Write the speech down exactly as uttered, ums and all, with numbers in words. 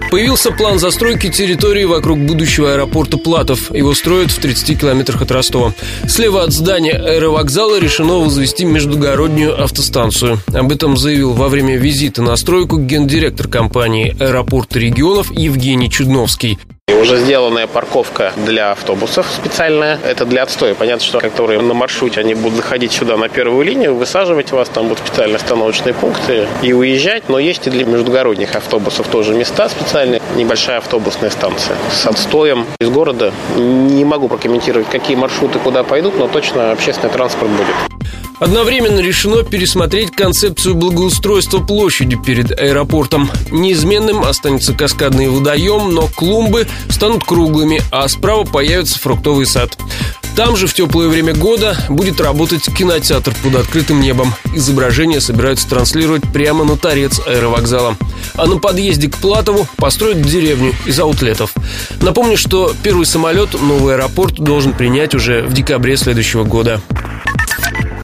Появился план застройки территории вокруг будущего аэропорта Платов. Его строят в тридцати километрах от Ростова. Слева от здания аэровокзала решено возвести междугороднюю автостанцию. Об этом заявил во время визита на стройку гендиректор компании «Аэропорты регионов» Евгений Чудновский. Уже сделанная парковка для автобусов специальная. Это для отстоя. Понятно, что которые на маршруте, они будут заходить сюда на первую линию, высаживать вас, там будут специальные остановочные пункты и уезжать. Но есть и для междугородних автобусов тоже места специальные. Небольшая автобусная станция с отстоем из города. Не могу прокомментировать, какие маршруты куда пойдут, но точно общественный транспорт будет. Одновременно решено пересмотреть концепцию благоустройства площади перед аэропортом. Неизменным останется каскадный водоем, но клумбы станут круглыми, а справа появится фруктовый сад. Там же в теплое время года будет работать кинотеатр под открытым небом. Изображения собираются транслировать прямо на торец аэровокзала. А на подъезде к Платову построят деревню из аутлетов. Напомню, что первый самолет новый аэропорт должен принять уже в декабре следующего года.